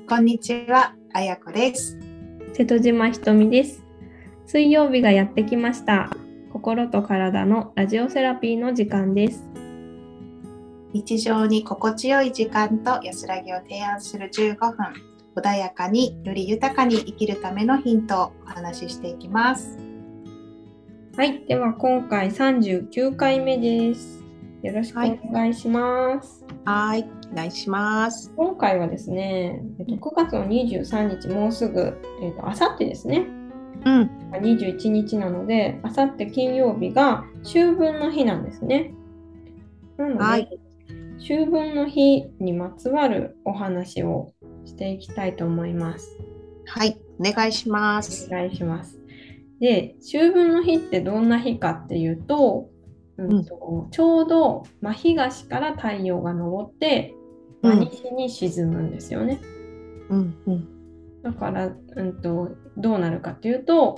こんにちは、あやこです。 瀬戸島ひとみです。水曜日がやってきました。心と体のラジオセラピーの時間です。 日常に心地よい時間と安らぎを提案する15分、穏やかにより豊かに生きるためのヒントをお話ししていきます。 はい、では今回39回目です。よろしくお願いします。 はい、お願いします。 今回はですね、9月の23日、もうすぐ、あさってですね。21日なので、あさって金曜日が秋分の日なんですね。なので、秋分の日にまつわるお話をしていきたいと思います。 はい、お願いします。 お願いします。で、秋分の日ってどんな日かっていうと、ちょうど真東から太陽が昇って真西に沈むんですよね。だから、どうなるかっていうと、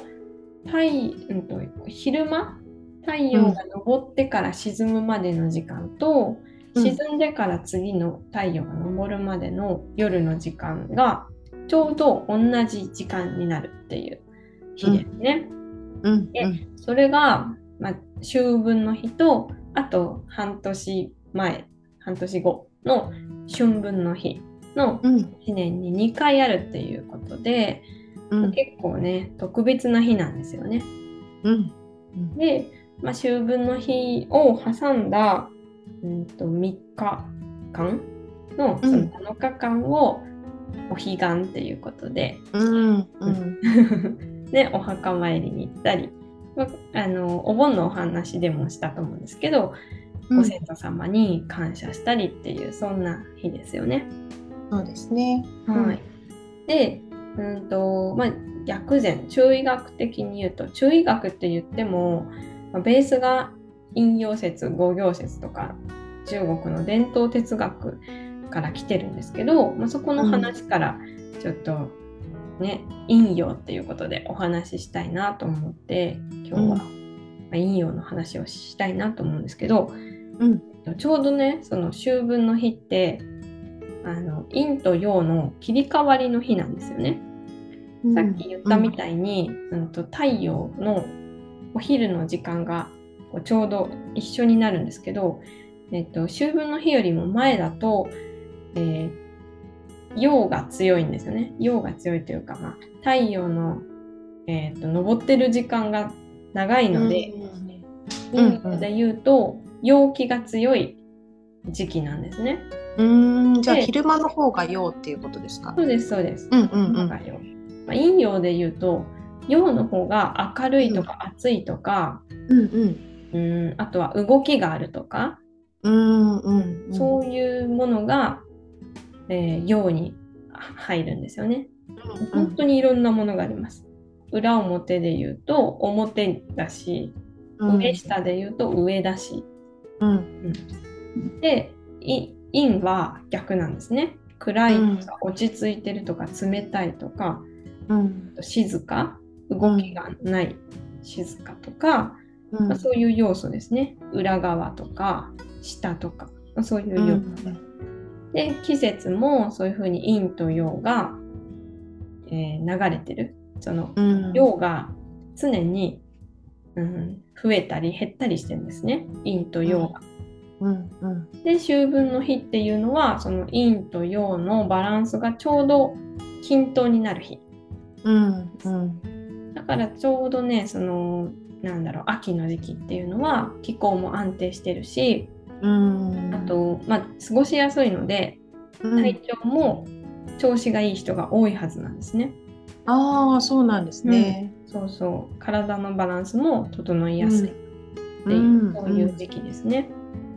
昼間、太陽が昇ってから沈むまでの時間と、沈んでから次の太陽が昇るまでの夜の時間がちょうど同じ時間になるっていう日ですね。で、それが、秋分の日と、あと半年後の春分の日の1年に2回あるっていうことで、結構ね、特別な日なんですよね。で、秋分の日を挟んだ、3日間のその7日間をお彼岸っていうことで、でお墓参りに行ったり、お盆のお話でもしたと思うんですけど、ご先祖様に感謝したりっていう、そんな日ですよね。 そうですね。 はい。で、薬膳、中医学的に言うと、中医学って言っても、ベースが陰陽説、五行説とか中国の伝統哲学から来てるんですけど、そこの話からちょっとね、陰陽っていうことでお話ししたいなと思って、今日は陰陽の話をしたいなと思うんですけど、ちょうどね、その秋分の日って陰と陽の切り替わりの日なんですよね。さっき言ったみたいに、太陽のお昼の時間がちょうど一緒になるんですけど、秋分の日よりも前だと、陽が強いんですよね。陽が強いというか、太陽の、昇ってる時間が長いので、陰陽で言うと陽気が強い時期なんですね。 じゃあ昼間の方が陽っていうことですか？ そうです、そうです。陰陽で言うと、陽の方が明るいとか暑いとか、あとは動きがあるとか、そういうものが、陽に入るんですよね。本当にいろんなものがあります。裏表で言うと表だし、上下で言うと上だし。で、陰は逆なんですね。暗いとか落ち着いてるとか冷たいとか、静か、動きがない静かとか、そういう要素ですね。裏側とか下とか、そういう要素で、季節もそういうふうに陰と陽が、流れてる。その陽が常に、増えたり減ったりしてるんですね。陰と陽が。で、秋分の日っていうのはその陰と陽のバランスがちょうど均等になる日。だからちょうどね、その秋の時期っていうのは気候も安定してるし、あと、過ごしやすいので体調も調子がいい人が多いはずなんですね。 そうなんですね。 そうそう、体のバランスも整いやすいっていう、そういう時期ですね。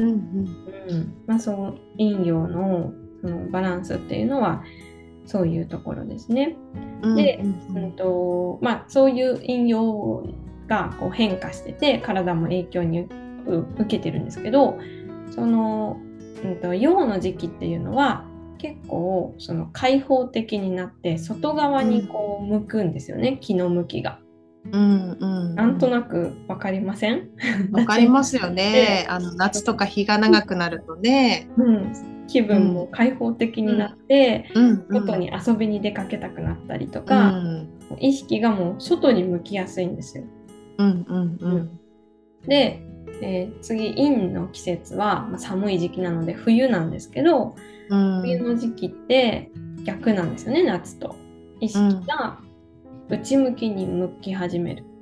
そう陰陽のそのバランスっていうのはそういうところですね。で、そういう陰陽がこう変化してて体も影響に受けてるんですけど、その、陽の時期っていうのは結構その開放的になって外側にこう向くんですよね、気の向きが。なんとなく分かりません？ 分かりますよね。夏とか日が長くなるとね、 気分も開放的になって、 うん外に遊びに出かけたくなったりとうか、 ん意識がもう外に向きやすいんですよ。 うんうんうんで、次、陰の季節は、寒い時期なので冬なんですけど、冬の時期って逆なんですよね、夏と。意識が内向きに向き始める。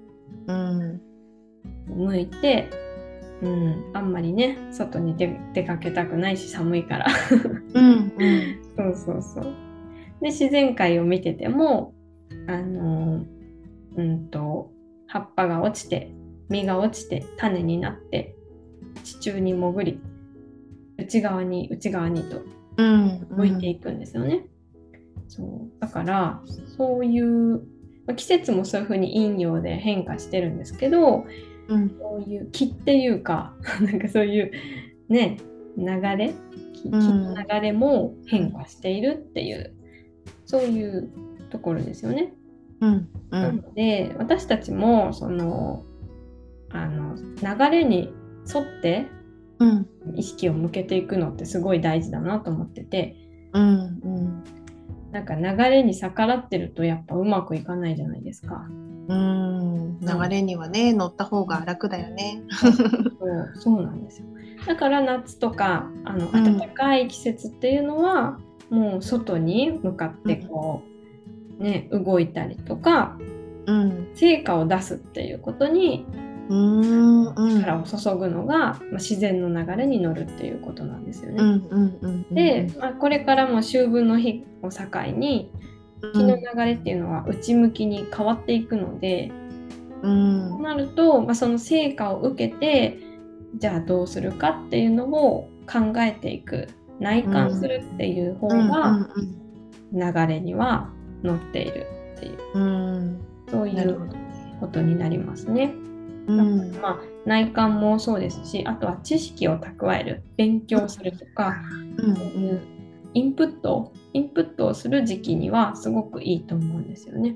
向いて、あんまりね、外に出かけたくないし、寒いから。そうそうそう。で、自然界を見てても、葉っぱが落ちて、実が落ちて、種になって、地中に潜り、内側にと向いていくんですよね。そうだからそういう季節もそういうふうに陰陽で変化してるんですけど、そういう気っていうかなんかそういうね流れ気の流れも変化しているっていう、そういうところですよね。なので私たちもその流れに沿って意識を向けていくのってすごい大事だなと思ってて、なんか流れに逆らってるとやっぱうまくいかないじゃないですか。 流れにはね、乗った方が楽だよね。 そうなんですよ。だから夏とか暖かい季節っていうのは、もう外に向かってこう、動いたりとか、成果を出すっていうことに力を注ぐのが、自然の流れに乗るっていうことなんですよね。で、これからも秋分の日を境に気の流れっていうのは内向きに変わっていくので、そうなると、その成果を受けてじゃあどうするかっていうのを考えていく、内観するっていう方が流れには乗っているっていう、そういうことになりますね。内観もそうですし、あとは知識を蓄える、勉強するとか、そういうインプットをする時期にはすごくいいと思うんですよね。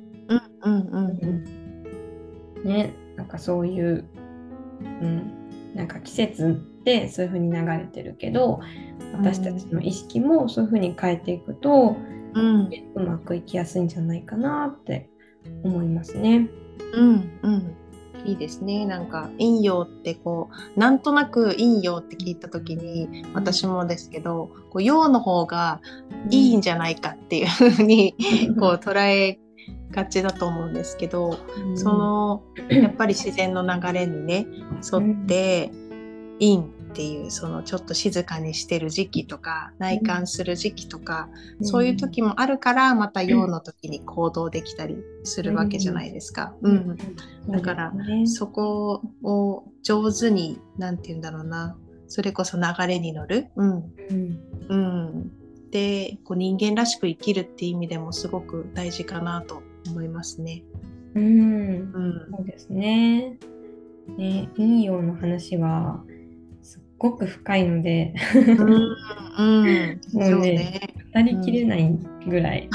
なんかそういう、なんか季節ってそういう風に流れてるけど、私たちの意識もそういう風に変えていくと、うまくいきやすいんじゃないかなって思いますね。 いいですね。なんか陰陽ってこうなんとなく陰陽って聞いた時に、私もですけど、こう陽の方がいいんじゃないかっていうふうにこう捉えがちだと思うんですけど、そのやっぱり自然の流れにね沿って陰っていうそのちょっと静かにしてる時期とか内観する時期とか、そういう時もあるから、また陽の時に行動できたりするわけじゃないですか。だからそこを上手になんて言うんだろうな、それこそ流れに乗る、でこう人間らしく生きるっていう意味でもすごく大事かなと思いますね。 そうですね。陰陽の話はすっごく深いのでもうね、語りきれないぐらい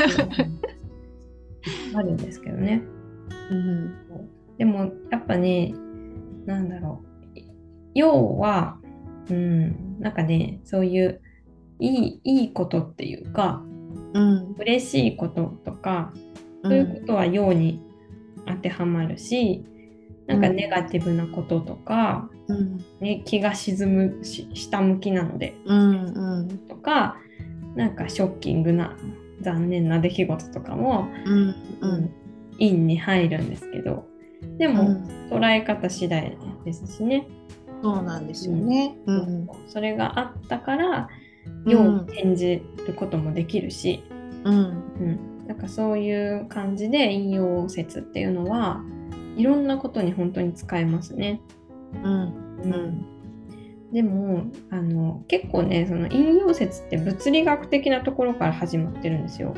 あるんですけどね。でもやっぱね、なんだろう、陽は、なんかね、そういういいことっていうか、嬉しいこととか、そういうことは陽に当てはまるし、なんかネガティブなこととか、気が沈む下向きなので、とか、なんかショッキングな残念な出来事とかも、陰に入るんですけど、でも、捉え方次第ですしね。 そうなんですよね。 それがあったから陽に転じることもできるし、なんかそういう感じで陰陽説っていうのはいろんなことに本当に使えますね。でも結構ね、その陰陽説って物理学的なところから始まってるんですよ。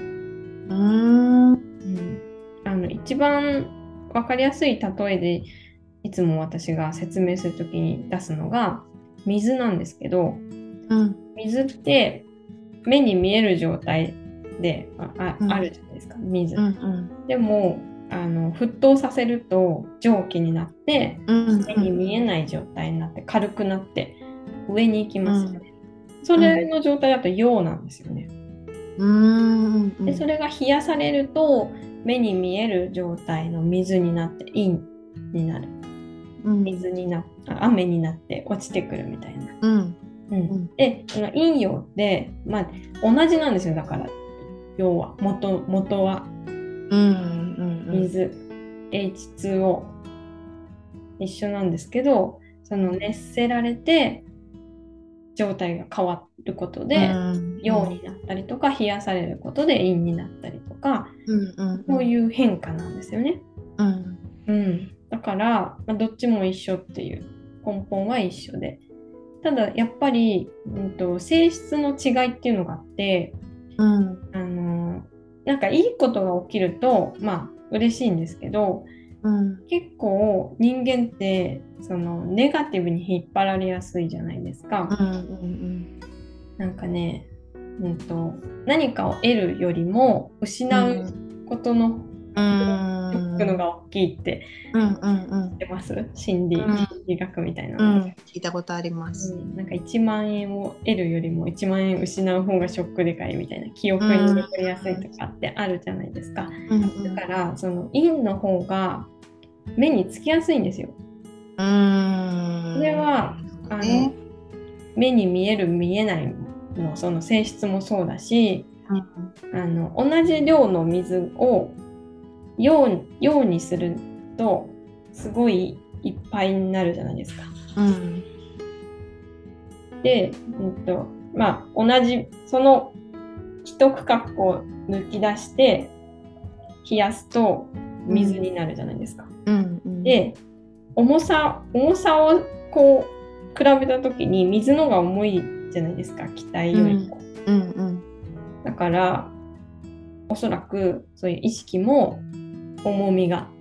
一番分かりやすい例えでいつも私が説明するときに出すのが水なんですけど、水って目に見える状態であるじゃないですか、水。でも沸騰させると蒸気になって、目に見えない状態になって軽くなって上に行きますよね。 それの状態だと陽なんですよね。でそれが冷やされると目に見える状態の水になって陰になる、水にな雨になって落ちてくるみたいな。でその陰陽って、まあ、同じなんですよ。だから陽は元は水、H2O 一緒なんですけど、その熱せられて状態が変わることで陽になったりとか、冷やされることで陰になったりとか、そういう変化なんですよね。だから、まあ、どっちも一緒っていう根本は一緒で、ただやっぱり、性質の違いっていうのがあって、なんかいいことが起きるとまあ嬉しいんですけど、結構人間ってそのネガティブに引っ張られやすいじゃないですか。なんかね、何かを得るよりも失うことのショックのが大きいって知ってます？心理学みたいなの、 聞いたことあります。 なんか1万円を得るよりも1万円失う方がショックでかいみたいな、記憶に残りやすいとかってあるじゃないですか。だからその陰の方が目につきやすいんですよ。それは目に見える見えないのその性質もそうだし、同じ量の水を陽にするとすごいいっぱいになるじゃないですか。で、まあ同じその一区画を抜き出して冷やすと水になるじゃないですか。で、重さをこう比べたときに水のが重いじゃないですか、気体よりも。だからおそらくそういう意識も重みが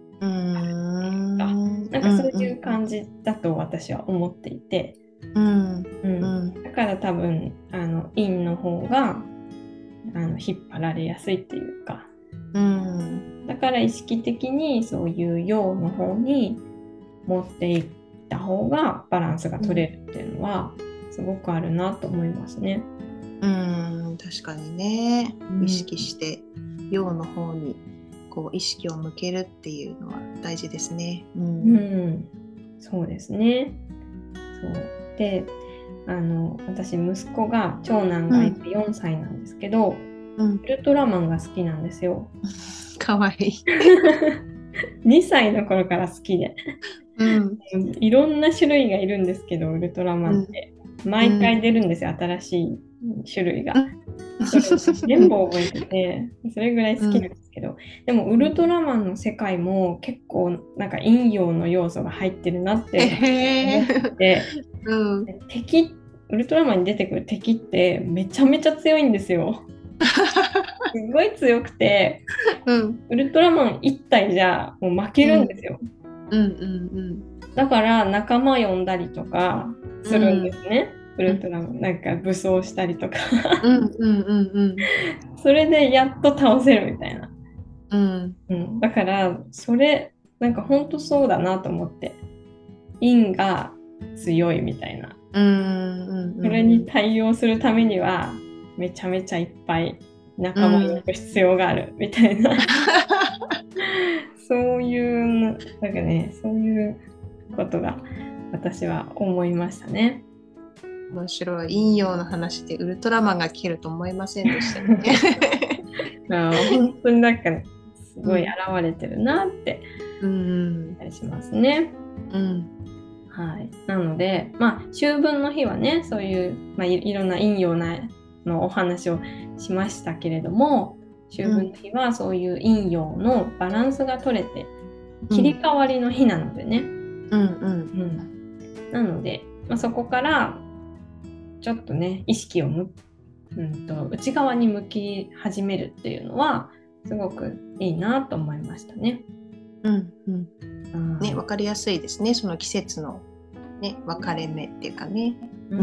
なんかそういう感じだと私は思っていて、だから多分陰の方が引っ張られやすいっていうか、だから意識的にそういう陽の方に持っていった方がバランスが取れるっていうのはすごくあるなと思いますね。 確かにね、意識して陽の方にこう意識を向けるっていうのは大事ですね。 そうですね。そうで私息子が長男が4歳なんですけど、ウルトラマンが好きなんですよ。 かわいい。 2歳の頃から好きで、いろんな種類がいるんですけど、ウルトラマンって毎回出るんですよ、新しい種類が。全部覚えてて、それぐらい好きなんですけど、でもウルトラマンの世界も結構なんか陰陽の要素が入ってるなって思って、ウルトラマンに出てくる敵ってめちゃめちゃ強いんですよ。すごい強くて、ウルトラマン1体じゃもう負けるんですよ。だから仲間呼んだりとかするんですね。ウルトラマンなんか武装したりとかそれでやっと倒せるみたいな。だからそれなんか本当そうだなと思って、陰が強いみたいな。それに対応するためにはめちゃめちゃいっぱい仲間に行く必要があるみたいなそういうなんかね、そういうことが私は思いましたね。 面白い。陰陽の話でウルトラマンが聞けると思いませんでしたね。 本当になんかすごい現れてるなって思ったりしますね。はい、なので、まあ、秋分の日はね、そういう、まあ、いろんな陰陽のお話をしましたけれども、秋分の日はそういう陰陽のバランスが取れて切り替わりの日なのでね。なので、まあ、そこからちょっとね意識を内側に向き始めるっていうのはすごくいいなと思いましたね。 ね、分かりやすいですね。その季節の、ね、分かれ目っていうかね。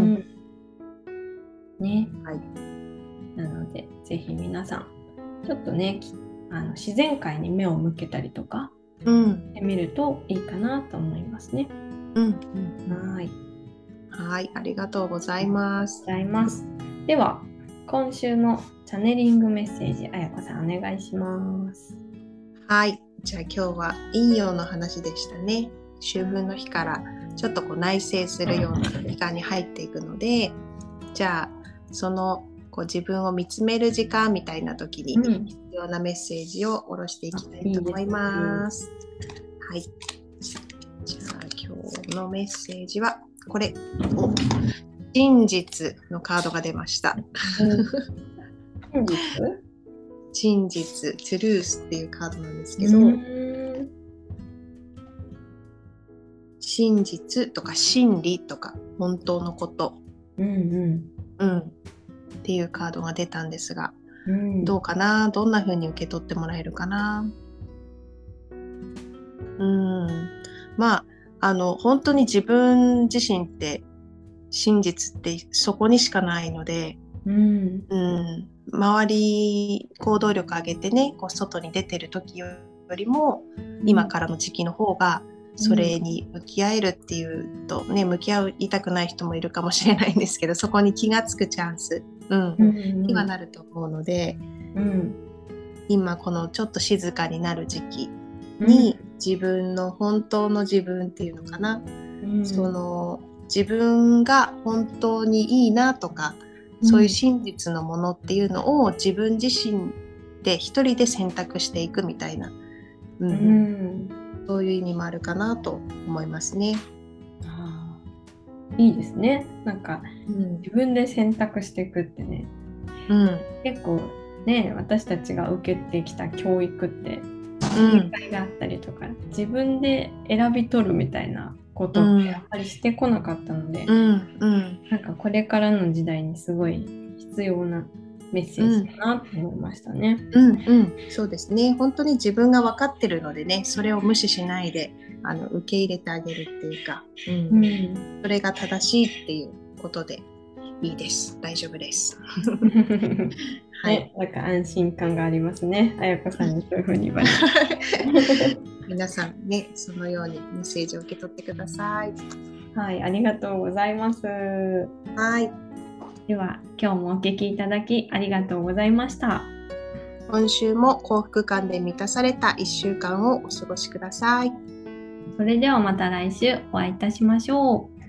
ね、はい。なのでぜひ皆さんちょっとね自然界に目を向けたりとかしてみるといいかなと思いますね。はい。 はい、ありがとうございます。 ございます。では、今週のチャネリングメッセージ、あやこさんお願いします。 はい、じゃあ今日は陰陽の話でしたね。秋分の日からちょっと内省するような時間に入っていくので、じゃあその自分を見つめる時間みたいな時に必要なメッセージを下ろしていきたいと思います。はい。じゃあ今日のメッセージはこれ。真実のカードが出ました。真実、トゥルースっていうカードなんですけど、真実とか真理とか本当のこと、っていうカードが出たんですが、どうかな、どんな風に受け取ってもらえるかな。まあ本当に自分自身って真実ってそこにしかないので、周り行動力上げてね、外に出てる時よりも今からの時期の方がそれに向き合えるっていうとね、向き合いたくない人もいるかもしれないんですけど、そこに気がつくチャンス、にはなると思うので、今このちょっと静かになる時期に自分の本当の自分っていうのかな、自分が本当にいいなとか、そういう真実のものっていうのを自分自身で一人で選択していくみたいな、そういう意味もあるかなと思いますね。 いいですね。なんか、自分で選択していくってね、結構ね、私たちが受けてきた教育って正解があったりとか、自分で選び取るみたいなことってやっぱりしてこなかったので、なんかこれからの時代にすごい必要なメッセージだなと思いましたね。 そうですね。本当に自分が分かってるのでね、それを無視しないで受け入れてあげるっていうか、それが正しいっていうことでいいです。大丈夫です。 はい、なんか安心感がありますね。あやこさんにそういうふうに言われて。 皆さんね、そのようにメッセージを受け取ってください。 はい、ありがとうございます。 はい。 では、今日もお聞きいただきありがとうございました。 今週も幸福感で満たされた1週間をお過ごしください。 それではまた来週お会いいたしましょう。